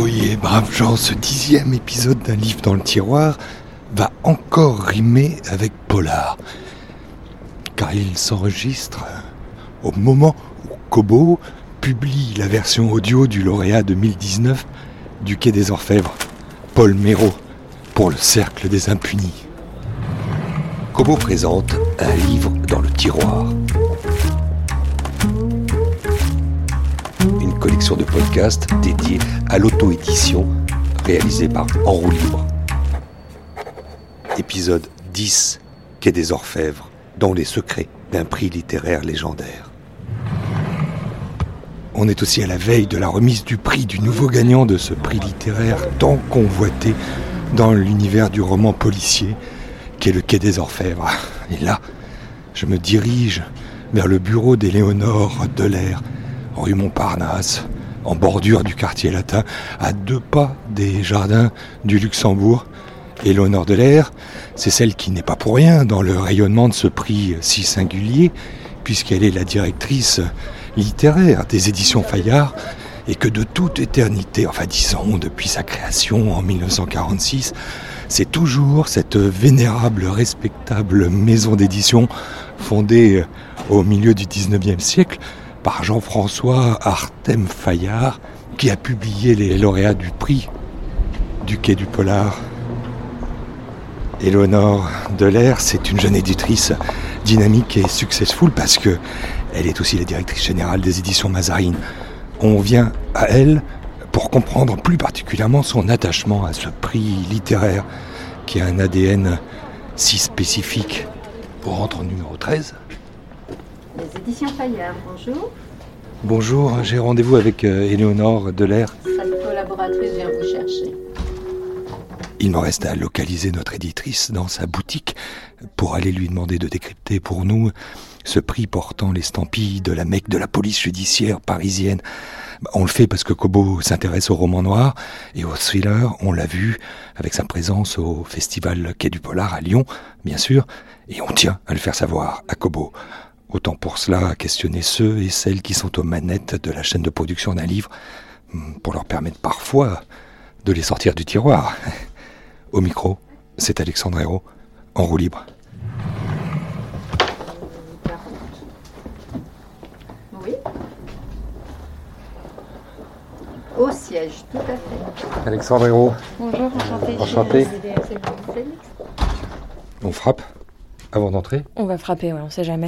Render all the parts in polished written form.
oui, braves gens, ce 10e épisode d'un livre dans le tiroir va encore rimer avec polar. Car il s'enregistre au moment où Kobo publie la version audio du lauréat 2019 du Quai des Orfèvres, Paul Méreau, pour le Cercle des Impunis. Kobo présente un livre dans le tiroir. Une collection de podcasts dédiés à l'auto-édition, réalisée par En Roue Libre. Épisode 10, Quai des Orfèvres, dans les secrets d'un prix littéraire légendaire. On est aussi à la veille de la remise du prix du nouveau gagnant de ce prix littéraire tant convoité dans l'univers du roman policier, qu'est le Quai des Orfèvres. Et là, je me dirige vers le bureau d'Éléonore Delair, rue Montparnasse, en bordure du quartier latin, à 2 pas des jardins du Luxembourg. Éléonore Delair, c'est celle qui n'est pas pour rien dans le rayonnement de ce prix si singulier, puisqu'elle est la directrice littéraire des éditions Fayard, et que de toute éternité, enfin disons depuis sa création en 1946, c'est toujours cette vénérable, respectable maison d'édition fondée au milieu du 19e siècle par Jean-François Artem Fayard qui a publié les lauréats du prix du Quai du Polar. Éléonore Delair, c'est une jeune éditrice dynamique et successful parce que elle est aussi la directrice générale des éditions Mazarine. On vient à elle pour comprendre plus particulièrement son attachement à ce prix littéraire qui a un ADN si spécifique. Pour rentrer au numéro 13. Les éditions Fayard, bonjour. Bonjour, j'ai rendez-vous avec Éléonore Delair. Sa collaboratrice vient vous chercher. Il me reste à localiser notre éditrice dans sa boutique pour aller lui demander de décrypter pour nous ce prix portant l'estampille de la Mecque de la police judiciaire parisienne. On le fait parce que Kobo s'intéresse au roman noir et au thriller, on l'a vu avec sa présence au festival Quai du Polar à Lyon, bien sûr, et on tient à le faire savoir à Kobo. Autant pour cela questionner ceux et celles qui sont aux manettes de la chaîne de production d'un livre, pour leur permettre parfois de les sortir du tiroir. Au micro, c'est Alexandre Hérault, En Roue Libre. Oui. Au siège, tout à fait. Alexandre Hérault. Bonjour, enchanté. Enchanté. Félix. On frappe avant d'entrer? On va frapper, ouais, on sait jamais.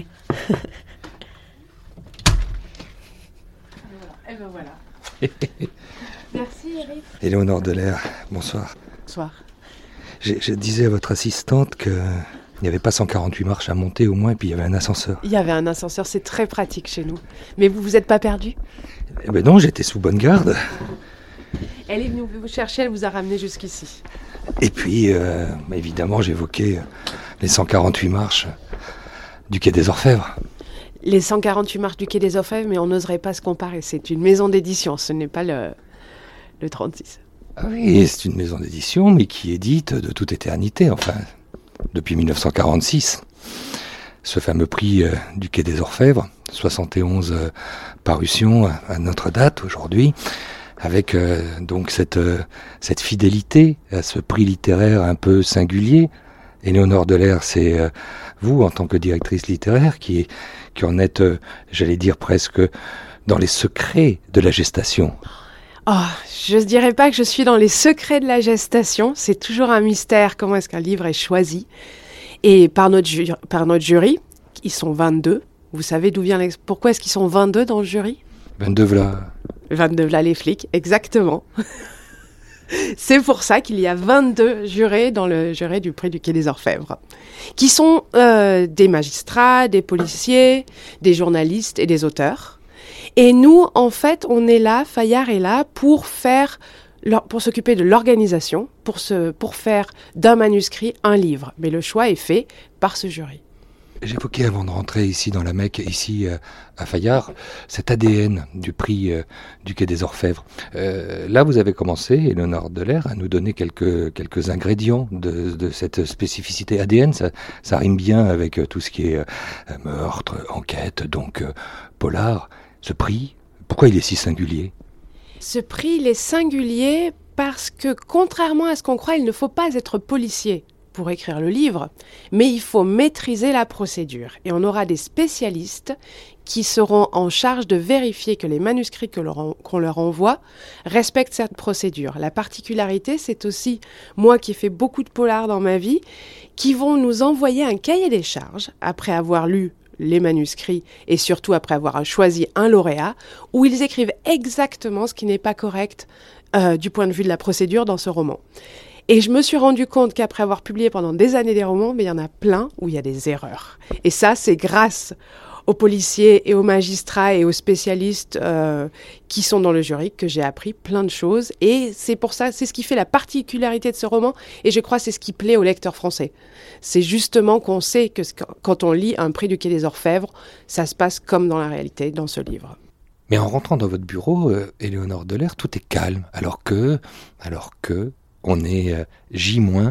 Et ben voilà. Merci Eric. Éléonore Delair, bonsoir. Bonsoir. Je disais à votre assistante qu'il n'y avait pas 148 marches à monter au moins, et puis il y avait un ascenseur. Il y avait un ascenseur, c'est très pratique chez nous. Mais vous n'êtes pas perdu? Eh ben non, j'étais sous bonne garde. Elle est venue vous chercher, elle vous a ramené jusqu'ici. Et puis, évidemment, j'évoquais les 148 marches du Quai des Orfèvres. Les 148 marches du Quai des Orfèvres, mais on n'oserait pas se comparer. C'est une maison d'édition, ce n'est pas le 36. Ah oui, c'est une maison d'édition, mais qui édite de toute éternité, enfin, depuis 1946. Ce fameux prix du Quai des Orfèvres, 71 parutions à notre date aujourd'hui, avec donc cette fidélité à ce prix littéraire un peu singulier. Éléonore Delair, c'est vous, en tant que directrice littéraire, qui en êtes, j'allais dire presque, dans les secrets de la gestation. Oh, je ne dirais pas que je suis dans les secrets de la gestation. C'est toujours un mystère comment est-ce qu'un livre est choisi. Et par notre jury, ils sont 22. Vous savez d'où vient pourquoi est-ce qu'ils sont 22 dans le jury? 22 v'là. 22 v'là les flics, exactement. C'est pour ça qu'il y a 22 jurés dans le jury du prix du Quai des Orfèvres, qui sont des magistrats, des policiers, des journalistes et des auteurs. Et nous, en fait, on est là, Fayard est là pour s'occuper de l'organisation, pour faire d'un manuscrit un livre. Mais le choix est fait par ce jury. J'évoquais avant de rentrer ici dans la Mecque, ici à Fayard, cet ADN du prix du Quai des Orfèvres. Là, vous avez commencé, Éléonore Delair, à nous donner quelques ingrédients de cette spécificité. ADN, ça rime bien avec tout ce qui est meurtre, enquête, donc polar. Ce prix, pourquoi il est si singulier? Ce prix, il est singulier parce que, contrairement à ce qu'on croit, il ne faut pas être policier pour écrire le livre, mais il faut maîtriser la procédure. Et on aura des spécialistes qui seront en charge de vérifier que les manuscrits qu'on leur envoie respectent cette procédure. La particularité, c'est aussi, moi qui ai fait beaucoup de polars dans ma vie, qui vont nous envoyer un cahier des charges après avoir lu les manuscrits et surtout après avoir choisi un lauréat, où ils écrivent exactement ce qui n'est pas correct du point de vue de la procédure dans ce roman. Et je me suis rendu compte qu'après avoir publié pendant des années des romans, mais il y en a plein où il y a des erreurs. Et ça, c'est grâce aux policiers et aux magistrats et aux spécialistes qui sont dans le jury que j'ai appris plein de choses. Et c'est pour ça, c'est ce qui fait la particularité de ce roman. Et je crois que c'est ce qui plaît aux lecteurs français. C'est justement qu'on sait que quand on lit un prix du Quai des Orfèvres, ça se passe comme dans la réalité, dans ce livre. Mais en rentrant dans votre bureau, Éléonore Delair, tout est calme, alors que on est J-1.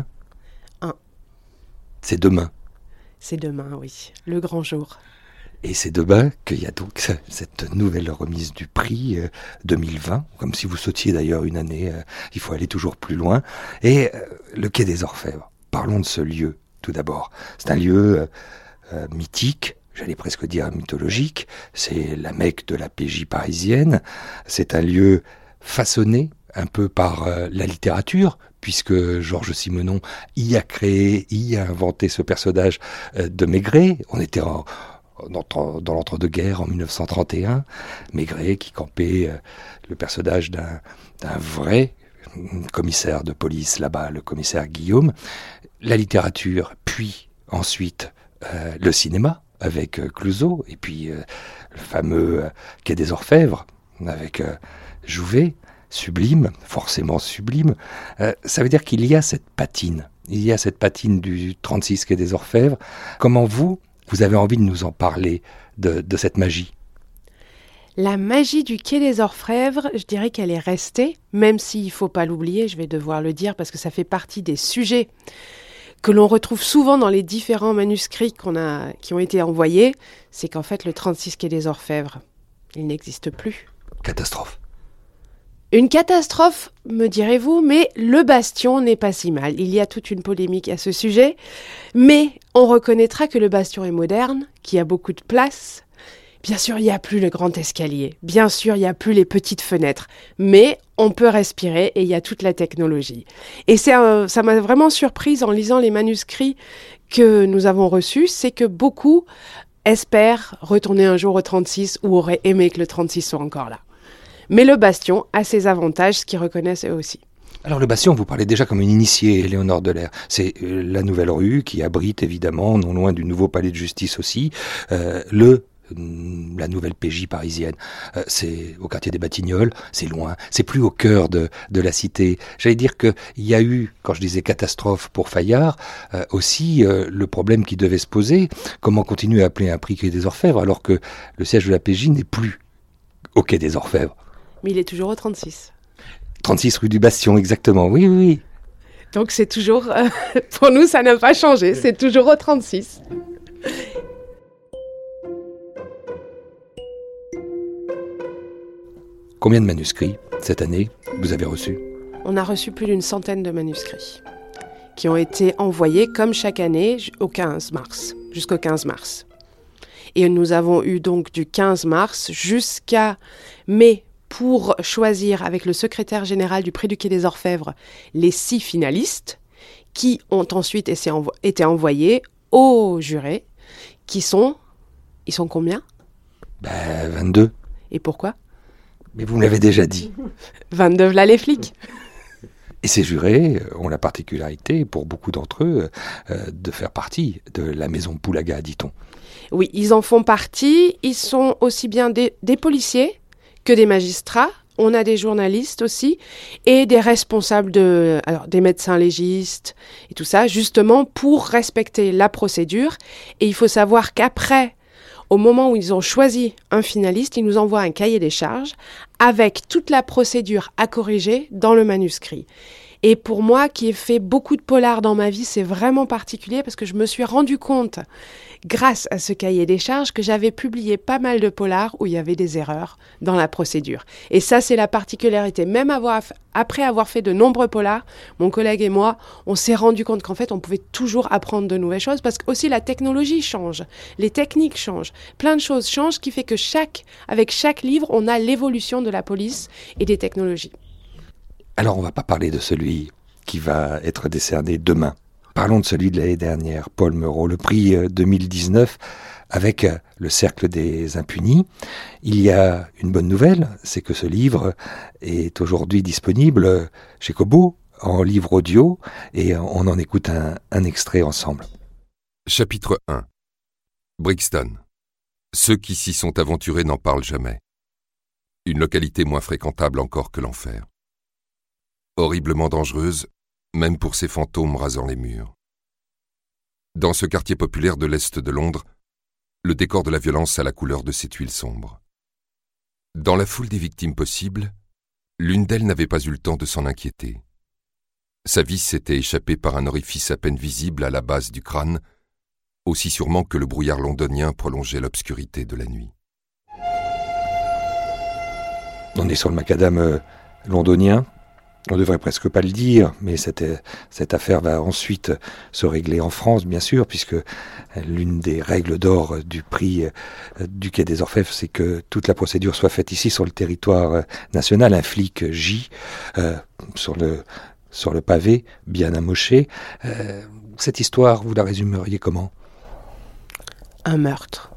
C'est demain. C'est demain, oui, le grand jour. Et c'est demain qu'il y a donc cette nouvelle remise du prix 2020, comme si vous sautiez d'ailleurs une année, il faut aller toujours plus loin. Et le Quai des Orfèvres, parlons de ce lieu tout d'abord. C'est un lieu mythique, j'allais presque dire mythologique, c'est la Mecque de la PJ parisienne, c'est un lieu façonné un peu par la littérature, puisque Georges Simenon y a inventé ce personnage de Maigret. On était dans l'entre-deux-guerres en 1931, Maigret qui campait le personnage d'un vrai commissaire de police là-bas, le commissaire Guillaume. La littérature, puis ensuite le cinéma avec Clouzot, et puis le fameux Quai des Orfèvres avec Jouvet, sublime, forcément sublime. Ça veut dire qu'il y a cette patine. Il y a cette patine du 36 Quai des Orfèvres. Comment vous avez envie de nous en parler, de cette magie? La magie du Quai des Orfèvres, je dirais qu'elle est restée, même s'il ne faut pas l'oublier, je vais devoir le dire parce que ça fait partie des sujets que l'on retrouve souvent dans les différents manuscrits qui ont été envoyés, c'est qu'en fait le 36 Quai des Orfèvres, il n'existe plus. Catastrophe. Une catastrophe, me direz-vous, mais le Bastion n'est pas si mal. Il y a toute une polémique à ce sujet, mais on reconnaîtra que le Bastion est moderne, qu'il y a beaucoup de place. Bien sûr, il n'y a plus le grand escalier. Bien sûr, il n'y a plus les petites fenêtres. Mais on peut respirer et il y a toute la technologie. Et ça m'a vraiment surprise en lisant les manuscrits que nous avons reçus, c'est que beaucoup espèrent retourner un jour au 36 ou auraient aimé que le 36 soit encore là. Mais le Bastion a ses avantages, ce qu'ils reconnaissent eux aussi. Alors le Bastion, vous parlez déjà comme une initiée, Éléonore Delair. C'est la nouvelle rue qui abrite évidemment, non loin du nouveau palais de justice aussi, la nouvelle PJ parisienne. C'est au quartier des Batignolles, c'est loin, c'est plus au cœur de la cité. J'allais dire qu'il y a eu, quand je disais catastrophe pour Fayard, aussi le problème qui devait se poser, comment continuer à appeler un prix Quai des Orfèvres alors que le siège de la PJ n'est plus au Quai des Orfèvres. Mais il est toujours au 36. 36 rue du Bastion, exactement, oui. Donc c'est toujours, pour nous ça n'a pas changé, c'est toujours au 36. Combien de manuscrits, cette année, vous avez reçus ? On a reçu plus d'une centaine de manuscrits qui ont été envoyés, comme chaque année, jusqu'au 15 mars. Et nous avons eu donc du 15 mars jusqu'à mai pour choisir avec le secrétaire général du prix du Quai des Orfèvres les 6 finalistes qui ont ensuite été envoyés aux jurés qui sont... Ils sont combien ? 22. Et pourquoi ? Mais vous me l'avez déjà dit. 22 là les flics. Et ces jurés ont la particularité, pour beaucoup d'entre eux, de faire partie de la maison Poulaga, dit-on. Oui, ils en font partie. Ils sont aussi bien des policiers que des magistrats. On a des journalistes aussi et des responsables des médecins légistes et tout ça, justement pour respecter la procédure. Et il faut savoir qu'après, au moment où ils ont choisi un finaliste, ils nous envoient un cahier des charges avec toute la procédure à corriger dans le manuscrit. Et pour moi, qui ai fait beaucoup de polars dans ma vie, c'est vraiment particulier parce que je me suis rendu compte, grâce à ce cahier des charges, que j'avais publié pas mal de polars où il y avait des erreurs dans la procédure. Et ça, c'est la particularité. Même après avoir fait de nombreux polars, mon collègue et moi, on s'est rendu compte qu'en fait, on pouvait toujours apprendre de nouvelles choses parce que aussi la technologie change, les techniques changent, plein de choses changent, ce qui fait que avec chaque livre, on a l'évolution de la police et des technologies. Alors on va pas parler de celui qui va être décerné demain. Parlons de celui de l'année dernière, Paul Meurot, le prix 2019 avec le Cercle des Impunis. Il y a une bonne nouvelle, c'est que ce livre est aujourd'hui disponible chez Kobo en livre audio et on en écoute un extrait ensemble. Chapitre 1. Brixton. Ceux qui s'y sont aventurés n'en parlent jamais. Une localité moins fréquentable encore que l'enfer. Horriblement dangereuse, même pour ces fantômes rasant les murs. Dans ce quartier populaire de l'Est de Londres, le décor de la violence a la couleur de ces tuiles sombres. Dans la foule des victimes possibles, l'une d'elles n'avait pas eu le temps de s'en inquiéter. Sa vis s'était échappée par un orifice à peine visible à la base du crâne, aussi sûrement que le brouillard londonien prolongeait l'obscurité de la nuit. On est sur le macadam londonien. On devrait presque pas le dire, mais cette affaire va ensuite se régler en France, bien sûr, puisque l'une des règles d'or du prix du Quai des Orfèvres, c'est que toute la procédure soit faite ici sur le territoire national. Un flic J sur le pavé, bien amoché. Cette histoire, vous la résumeriez comment ? Un meurtre,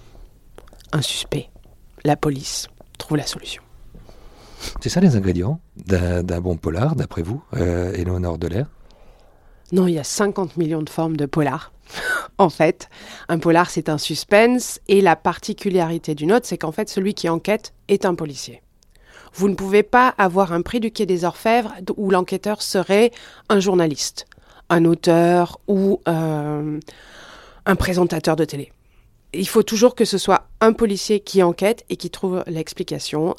un suspect, la police trouve la solution. C'est ça les ingrédients d'un bon polar, d'après vous, Éléonore Delair ? Non, il y a 50 millions de formes de polar. En fait, un polar, c'est un suspense, et la particularité du nôtre, c'est qu'en fait, celui qui enquête est un policier. Vous ne pouvez pas avoir un prix du Quai des Orfèvres où l'enquêteur serait un journaliste, un auteur ou un présentateur de télé. Il faut toujours que ce soit un policier qui enquête et qui trouve l'explication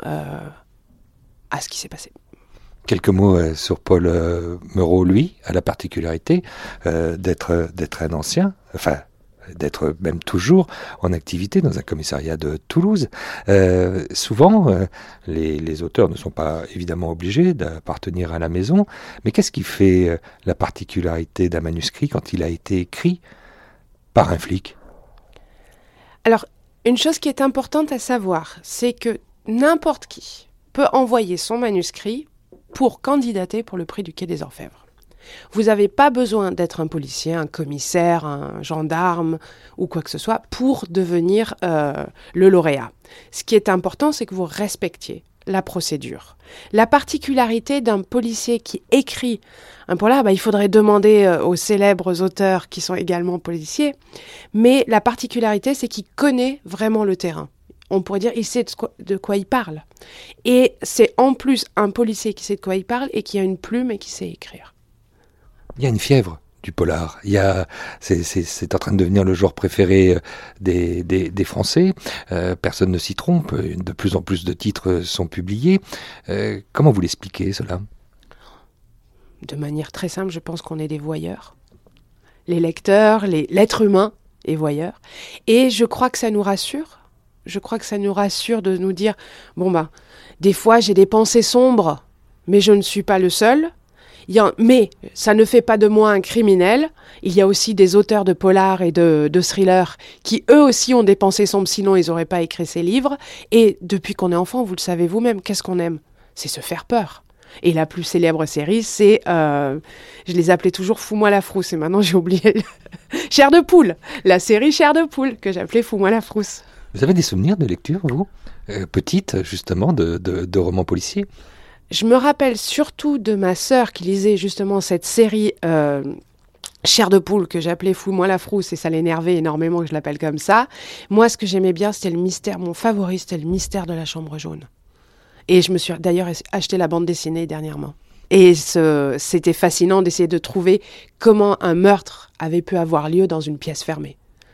à ce qui s'est passé. Quelques mots sur Paul Meurot, lui, a la particularité d'être un ancien, enfin d'être même toujours en activité dans un commissariat de Toulouse. Souvent, les auteurs ne sont pas évidemment obligés d'appartenir à la maison, mais qu'est-ce qui fait la particularité d'un manuscrit quand il a été écrit par un flic ? Alors, une chose qui est importante à savoir, c'est que n'importe qui peut envoyer son manuscrit pour candidater pour le prix du Quai des Orfèvres. Vous n'avez pas besoin d'être un policier, un commissaire, un gendarme ou quoi que ce soit pour devenir le lauréat. Ce qui est important, c'est que vous respectiez la procédure. La particularité d'un policier qui écrit un polar, il faudrait demander aux célèbres auteurs qui sont également policiers, mais la particularité, c'est qu'il connaît vraiment le terrain. On pourrait dire, il sait de quoi il parle. Et c'est en plus un policier qui sait de quoi il parle et qui a une plume et qui sait écrire. Il y a une fièvre du polar. C'est en train de devenir le genre préféré des Français. Personne ne s'y trompe. De plus en plus de titres sont publiés. Comment vous l'expliquez, cela ? De manière très simple, je pense qu'on est des voyeurs. Les lecteurs, l'être humain est voyeur. Et je crois que ça nous rassure. Je crois que ça nous rassure de nous dire, des fois j'ai des pensées sombres, mais je ne suis pas le seul. Mais ça ne fait pas de moi un criminel. Il y a aussi des auteurs de polars et de thrillers qui eux aussi ont des pensées sombres, sinon ils n'auraient pas écrit ces livres. Et depuis qu'on est enfant, vous le savez vous-même, qu'est-ce qu'on aime ? C'est se faire peur. Et la plus célèbre série, c'est, je les appelais toujours Fous-moi la frousse, et maintenant j'ai oublié Chair de poule, la série Chair de poule, que j'appelais Fous-moi la frousse. Vous avez des souvenirs de lecture, vous ? Petite, justement, de romans policiers ? Je me rappelle surtout de ma sœur qui lisait justement cette série Chair de poule que j'appelais Fous-moi la frousse, et ça l'énervait énormément que je l'appelle comme ça. Moi, ce que j'aimais bien, c'était le mystère. Mon favori, c'était le mystère de la chambre jaune. Et je me suis d'ailleurs acheté la bande dessinée dernièrement. Et c'était fascinant d'essayer de trouver comment un meurtre avait pu avoir lieu dans une pièce fermée.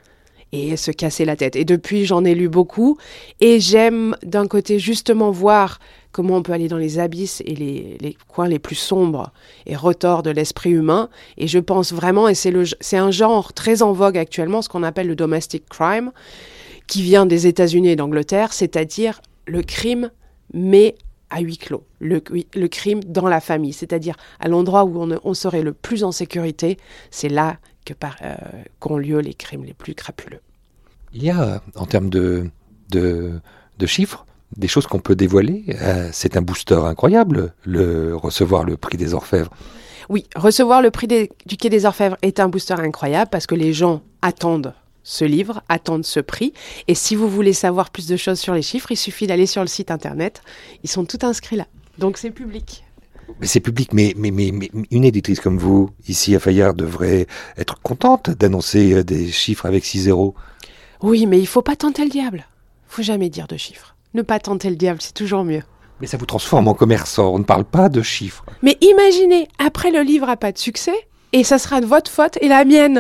et se casser la tête. Et depuis, j'en ai lu beaucoup et j'aime d'un côté justement voir comment on peut aller dans les abysses et les coins les plus sombres et retors de l'esprit humain. Et je pense vraiment, et c'est un genre très en vogue actuellement, ce qu'on appelle le domestic crime, qui vient des États-Unis et d'Angleterre, c'est-à-dire le crime, mais à huis clos. Le crime dans la famille, c'est-à-dire à l'endroit où on serait le plus en sécurité, c'est là qu'ont lieu les crimes les plus crapuleux. Il y a, en termes de chiffres, des choses qu'on peut dévoiler. C'est un booster incroyable, recevoir le prix des Orfèvres. Oui, recevoir le prix du Quai des Orfèvres est un booster incroyable parce que les gens attendent ce livre, attendent ce prix. Et si vous voulez savoir plus de choses sur les chiffres, il suffit d'aller sur le site internet. Ils sont tous inscrits là. Donc c'est public. Mais c'est public, mais une éditrice comme vous, ici à Fayard, devrait être contente d'annoncer des chiffres avec 6 zéros. Oui, mais il ne faut pas tenter le diable. Il ne faut jamais dire de chiffres. Ne pas tenter le diable, c'est toujours mieux. Mais ça vous transforme en commerçant, on ne parle pas de chiffres. Mais imaginez, après le livre n'a pas de succès, et ça sera de votre faute et la mienne.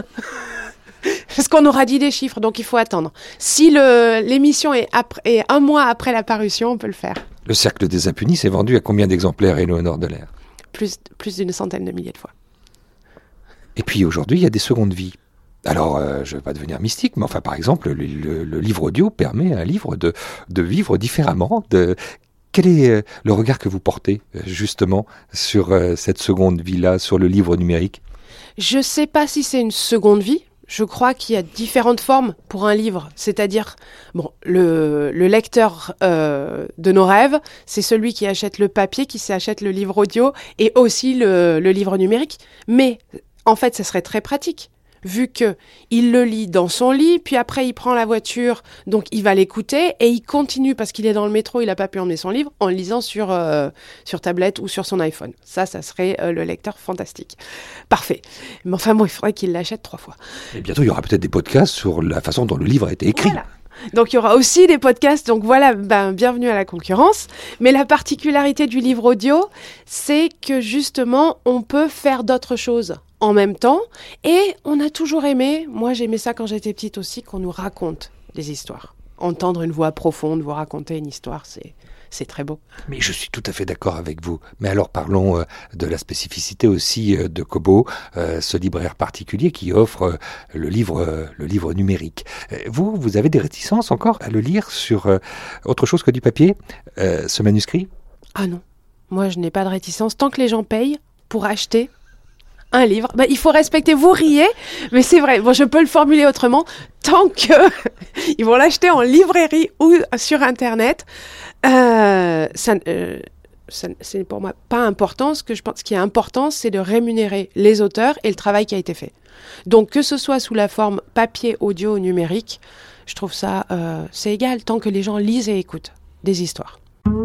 Parce qu'on aura dit des chiffres, donc il faut attendre. Si l'émission est un mois après la parution, on peut le faire. Le Cercle des Impunis s'est vendu à combien d'exemplaires, Éléonore Delaire ? Plus d'une centaine de milliers de fois. Et puis aujourd'hui, il y a des secondes vies. Alors, je ne veux pas devenir mystique, mais enfin, par exemple, le livre audio permet à un livre de vivre différemment. Quel est le regard que vous portez, justement, sur cette seconde vie-là, sur le livre numérique ? Je ne sais pas si c'est une seconde vie. Je crois qu'il y a différentes formes pour un livre. C'est-à-dire, le lecteur de nos rêves, c'est celui qui achète le papier, qui s'achète le livre audio et aussi le livre numérique. Mais en fait, ça serait très pratique. Vu qu'il le lit dans son lit, puis après il prend la voiture, donc il va l'écouter et il continue parce qu'il est dans le métro, il n'a pas pu emmener son livre, en le lisant sur tablette ou sur son iPhone. Ça serait le lecteur fantastique. Parfait. Mais enfin bon, il faudrait qu'il l'achète 3 fois. Et bientôt, il y aura peut-être des podcasts sur la façon dont le livre a été écrit. Voilà. Donc il y aura aussi des podcasts, donc voilà, bienvenue à la concurrence. Mais la particularité du livre audio, c'est que justement, on peut faire d'autres choses en même temps. Et on a toujours aimé, moi j'aimais ça quand j'étais petite aussi, qu'on nous raconte des histoires. Entendre une voix profonde, vous raconter une histoire, c'est très beau. Mais je suis tout à fait d'accord avec vous. Mais alors parlons de la spécificité aussi de Kobo, ce libraire particulier qui offre le livre numérique. Vous avez des réticences encore à le lire sur autre chose que du papier, ce manuscrit ? Ah non, moi je n'ai pas de réticence. Tant que les gens payent pour acheter un livre, il faut respecter, vous riez, mais c'est vrai, je peux le formuler autrement, tant qu'ils vont l'acheter en librairie ou sur Internet, c'est pour moi pas important. Ce qui est important, c'est de rémunérer les auteurs et le travail qui a été fait. Donc que ce soit sous la forme papier, audio ou numérique, je trouve ça, c'est égal, tant que les gens lisent et écoutent des histoires.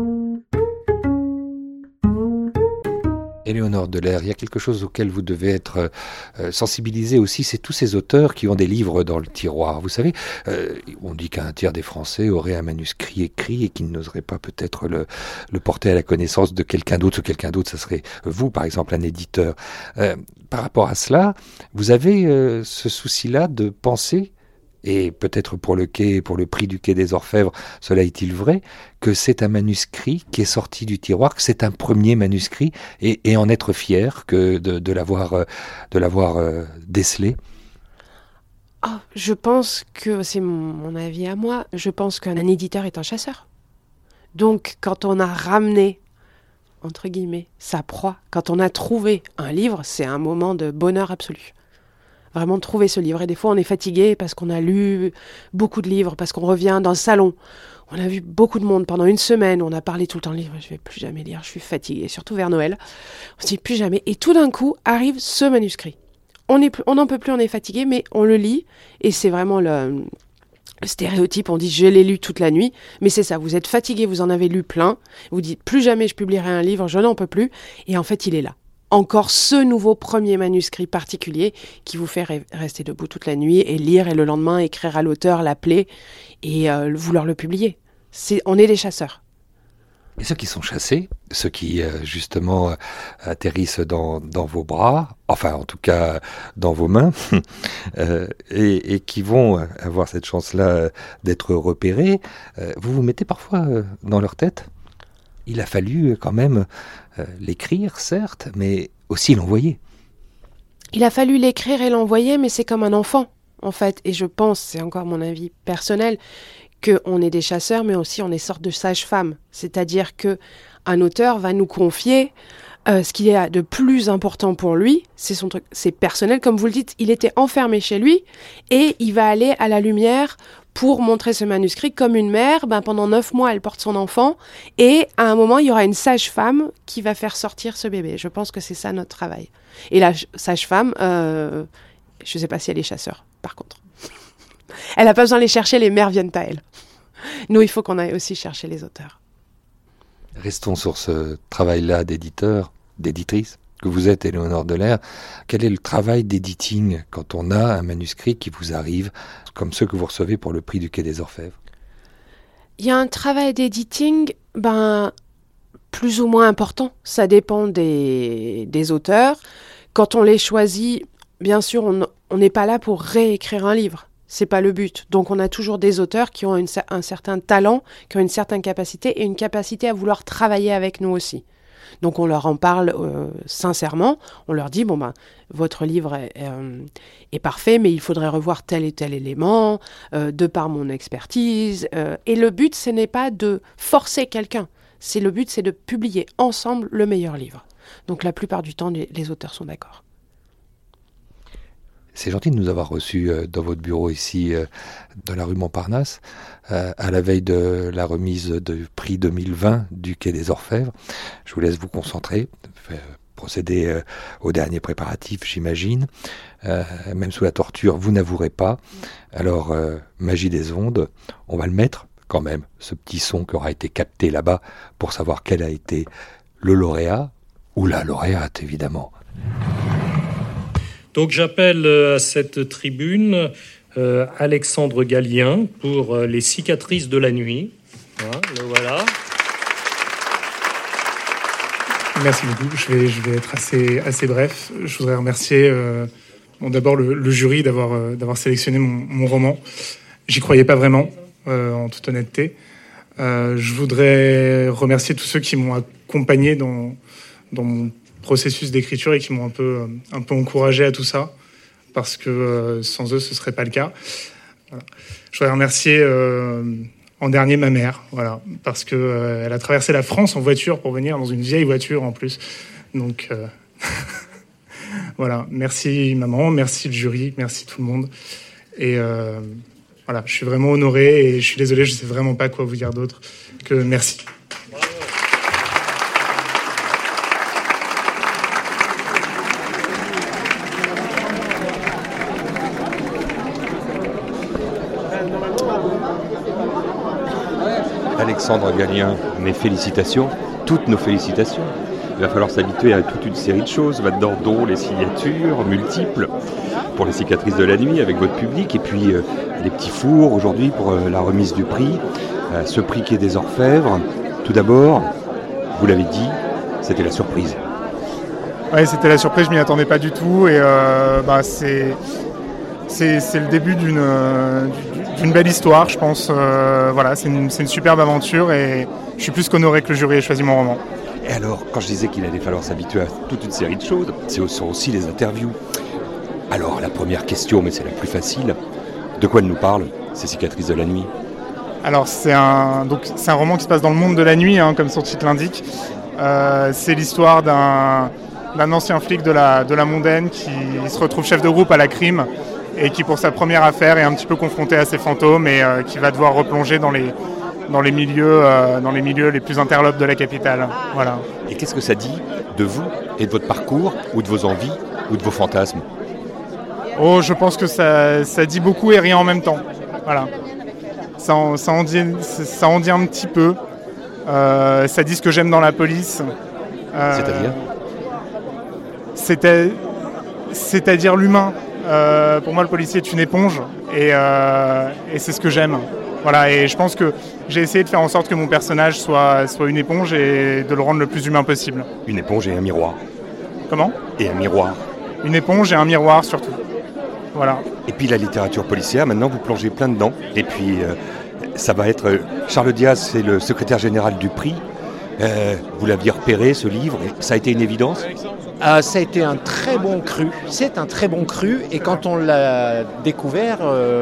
Éléonore Delaire, il y a quelque chose auquel vous devez être sensibilisé aussi, c'est tous ces auteurs qui ont des livres dans le tiroir. Vous savez, on dit qu'un tiers des Français auraient un manuscrit écrit et qu'ils n'oseraient pas peut-être le porter à la connaissance de quelqu'un d'autre. Ce quelqu'un d'autre, ça serait vous, par exemple, un éditeur. Par rapport à cela, vous avez ce souci-là de penser, et peut-être pour le prix du Quai des Orfèvres, cela est-il vrai, que c'est un manuscrit qui est sorti du tiroir, que c'est un premier manuscrit, et en être fier que de l'avoir décelé. Je pense que, c'est mon avis à moi, je pense qu'un éditeur est un chasseur. Donc, quand on a ramené, entre guillemets, sa proie, quand on a trouvé un livre, c'est un moment de bonheur absolu. Vraiment trouver ce livre. Et des fois, on est fatigué parce qu'on a lu beaucoup de livres, parce qu'on revient dans le salon. On a vu beaucoup de monde pendant une semaine. On a parlé tout le temps de livres. Je ne vais plus jamais lire. Je suis fatiguée, surtout vers Noël. On se dit plus jamais. Et tout d'un coup, arrive ce manuscrit. On n'en peut plus, on est fatigué, mais on le lit. Et c'est vraiment le stéréotype. On dit, je l'ai lu toute la nuit. Mais c'est ça, vous êtes fatigué, vous en avez lu plein. Vous dites, plus jamais je publierai un livre, je n'en peux plus. Et en fait, il est là. Encore ce nouveau premier manuscrit particulier qui vous fait rester debout toute la nuit et lire et le lendemain écrire à l'auteur, l'appeler et vouloir le publier. On est des chasseurs. Et ceux qui sont chassés, ceux qui justement atterrissent dans vos bras, enfin en tout cas dans vos mains, et qui vont avoir cette chance-là d'être repérés, vous vous mettez parfois dans leur tête. Il a fallu quand même l'écrire, certes, mais aussi l'envoyer. Il a fallu l'écrire et l'envoyer, mais c'est comme un enfant, en fait. Et je pense, c'est encore mon avis personnel, qu'on est des chasseurs, mais aussi on est sorte de sage-femme. C'est-à-dire qu'un auteur va nous confier ce qu'il y a de plus important pour lui, c'est son truc, c'est personnel, comme vous le dites, il était enfermé chez lui, et il va aller à la lumière pour montrer ce manuscrit comme une mère. Pendant 9 mois, elle porte son enfant, et à un moment, il y aura une sage-femme qui va faire sortir ce bébé. Je pense que c'est ça notre travail. Et la sage-femme, je ne sais pas si elle est chasseur, par contre. Elle n'a pas besoin de les chercher, les mères viennent à elle. Nous, il faut qu'on aille aussi chercher les auteurs. Restons sur ce travail-là d'éditeur, d'éditrice, que vous êtes, Éléonore Delair. Quel est le travail d'editing quand on a un manuscrit qui vous arrive, comme ceux que vous recevez pour le prix du Quai des Orfèvres? Il y a un travail d'editing, plus ou moins important. Ça dépend des auteurs. Quand on les choisit, bien sûr, on n'est pas là pour réécrire un livre. C'est pas le but. Donc on a toujours des auteurs qui ont un certain talent, qui ont une certaine capacité et une capacité à vouloir travailler avec nous aussi. Donc on leur en parle sincèrement. On leur dit, votre livre est parfait, mais il faudrait revoir tel et tel élément, de par mon expertise. Et le but, ce n'est pas de forcer quelqu'un. Le but, c'est de publier ensemble le meilleur livre. Donc la plupart du temps, les auteurs sont d'accord. C'est gentil de nous avoir reçus dans votre bureau ici, dans la rue Montparnasse, à la veille de la remise du prix 2020 du Quai des Orfèvres. Je vous laisse vous concentrer, procéder aux derniers préparatifs, j'imagine. Même sous la torture, vous n'avouerez pas. Alors, magie des ondes, on va le mettre quand même, ce petit son qui aura été capté là-bas pour savoir quel a été le lauréat, ou la lauréate, évidemment. Donc j'appelle à cette tribune Alexandre Gallien pour Les cicatrices de la nuit. Le voilà. Merci beaucoup. Je vais être assez bref. Je voudrais remercier d'abord le jury d'avoir sélectionné mon roman. J'y croyais pas vraiment, en toute honnêteté. Je voudrais remercier tous ceux qui m'ont accompagné dans mon processus d'écriture et qui m'ont un peu encouragé à tout ça, parce que sans eux ce serait pas le cas. Voilà. Je voudrais remercier en dernier ma mère, parce que elle a traversé la France en voiture pour venir, dans une vieille voiture en plus. Donc voilà, merci maman, merci le jury, merci tout le monde. Et je suis vraiment honoré et je suis désolé, je sais vraiment pas quoi vous dire d'autre que merci. Alexandre Gallien, mes félicitations, toutes nos félicitations. Il va falloir s'habituer à toute une série de choses là-dedans, dont les signatures multiples pour les cicatrices de la nuit avec votre public, et puis les petits fours aujourd'hui pour la remise du prix, ce prix Quai des Orfèvres. Tout d'abord, vous l'avez dit, c'était la surprise. Oui, c'était la surprise, je m'y attendais pas du tout, et c'est le début d'une belle histoire, je pense. C'est une superbe aventure et je suis plus qu'honoré que le jury ait choisi mon roman. Et alors, quand je disais qu'il allait falloir s'habituer à toute une série de choses, ce sont aussi les interviews. Alors, la première question, mais c'est la plus facile, de quoi elle nous parle, ces cicatrices de la nuit? Alors, c'est un roman qui se passe dans le monde de la nuit, comme son titre l'indique. C'est l'histoire d'un ancien flic de la mondaine qui se retrouve chef de groupe à la crime et qui, pour sa première affaire, est un petit peu confronté à ses fantômes et qui va devoir replonger dans les milieux les plus interlopes de la capitale. Voilà. Et qu'est-ce que ça dit de vous et de votre parcours, ou de vos envies, ou de vos fantasmes? Oh, je pense que ça dit beaucoup et rien en même temps. Voilà. Ça en dit un petit peu. Ça dit ce que j'aime dans la police. C'est-à-dire l'humain. Pour moi, le policier est une éponge et c'est ce que j'aime. Voilà, et je pense que j'ai essayé de faire en sorte que mon personnage soit une éponge et de le rendre le plus humain possible. Une éponge et un miroir. Comment ? Et un miroir. Une éponge et un miroir surtout. Voilà. Et puis la littérature policière, maintenant vous plongez plein dedans. Et puis ça va être... Charles Diaz, c'est le secrétaire général du prix. Vous l'aviez repéré, ce livre, et ça a été une évidence ? Ça a été un très bon cru. C'est un très bon cru. Et quand on l'a découvert,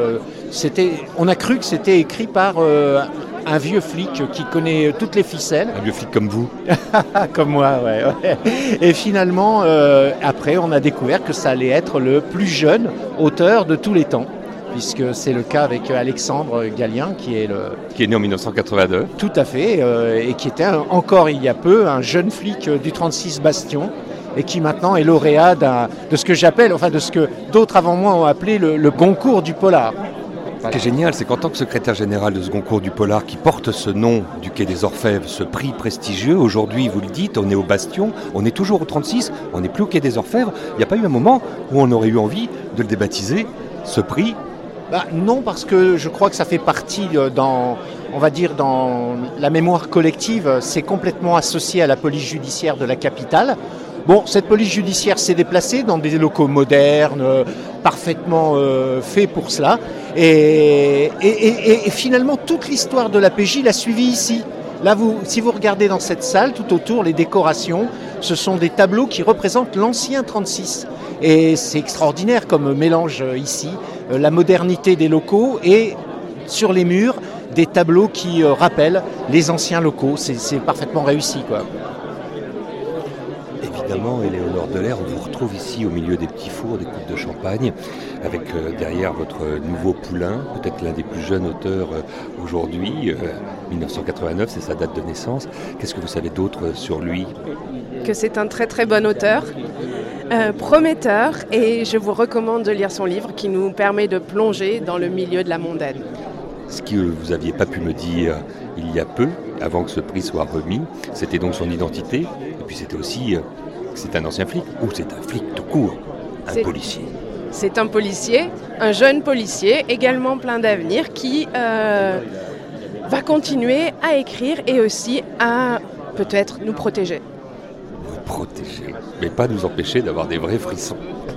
on a cru que c'était écrit par un vieux flic qui connaît toutes les ficelles. Un vieux flic comme vous ? Comme moi, ouais. Et finalement, après, on a découvert que ça allait être le plus jeune auteur de tous les temps, puisque c'est le cas avec Alexandre Gallien, qui est né en 1982. Tout à fait, et qui était encore il y a peu un jeune flic du 36 Bastion, et qui maintenant est lauréat de ce que j'appelle, enfin de ce que d'autres avant moi ont appelé le Goncourt du polar. Ce qui est génial, c'est qu'en tant que secrétaire général de ce Goncourt du polar qui porte ce nom du Quai des Orfèvres, ce prix prestigieux, aujourd'hui, vous le dites, on est au Bastion, on est toujours au 36, on n'est plus au Quai des Orfèvres. Il n'y a pas eu un moment où on aurait eu envie de le débaptiser, ce prix ? Non, parce que je crois que ça fait partie dans la mémoire collective. C'est complètement associé à la police judiciaire de la capitale. Bon, cette police judiciaire s'est déplacée dans des locaux modernes, parfaitement faits pour cela. Et finalement, toute l'histoire de la PJ l'a suivi ici. Là, si vous regardez dans cette salle, tout autour, les décorations, ce sont des tableaux qui représentent l'ancien 36. Et c'est extraordinaire comme mélange ici, la modernité des locaux et sur les murs, des tableaux qui rappellent les anciens locaux. C'est parfaitement réussi, quoi. Évidemment, Éléonore Delaire, on vous retrouve ici au milieu des petits fours, des coupes de champagne, avec derrière votre nouveau poulain, peut-être l'un des plus jeunes auteurs aujourd'hui, 1989, c'est sa date de naissance. Qu'est-ce que vous savez d'autre sur lui ? Que c'est un très très bon auteur, prometteur, et je vous recommande de lire son livre qui nous permet de plonger dans le milieu de la mondaine. Ce que vous n'aviez pas pu me dire il y a peu, avant que ce prix soit remis, c'était donc son identité, et puis c'était aussi... c'est un ancien flic ou c'est un flic tout court, policier ? C'est un policier, un jeune policier, également plein d'avenir, qui va continuer à écrire et aussi à peut-être nous protéger. Nous protéger, mais pas nous empêcher d'avoir des vrais frissons.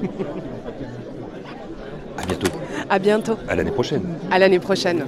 À bientôt. À bientôt. À l'année prochaine. À l'année prochaine.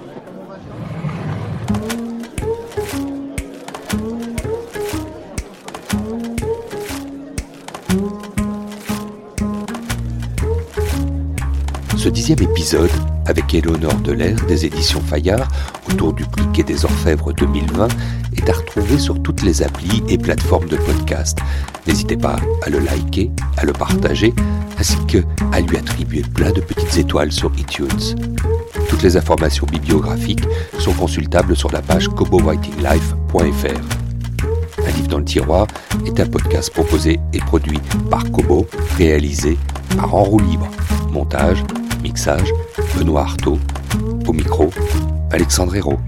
Ce 10e épisode, avec Éléonore Delaire des éditions Fayard, autour du prix Quai des Orfèvres 2020, est à retrouver sur toutes les applis et plateformes de podcast. N'hésitez pas à le liker, à le partager, ainsi qu'à lui attribuer plein de petites étoiles sur iTunes. Toutes les informations bibliographiques sont consultables sur la page kobowritinglife.fr. Un livre dans le tiroir est un podcast proposé et produit par Kobo, réalisé par En roue libre. Montage, mixage, Benoît Artaud. Au micro, Alexandre Hérault.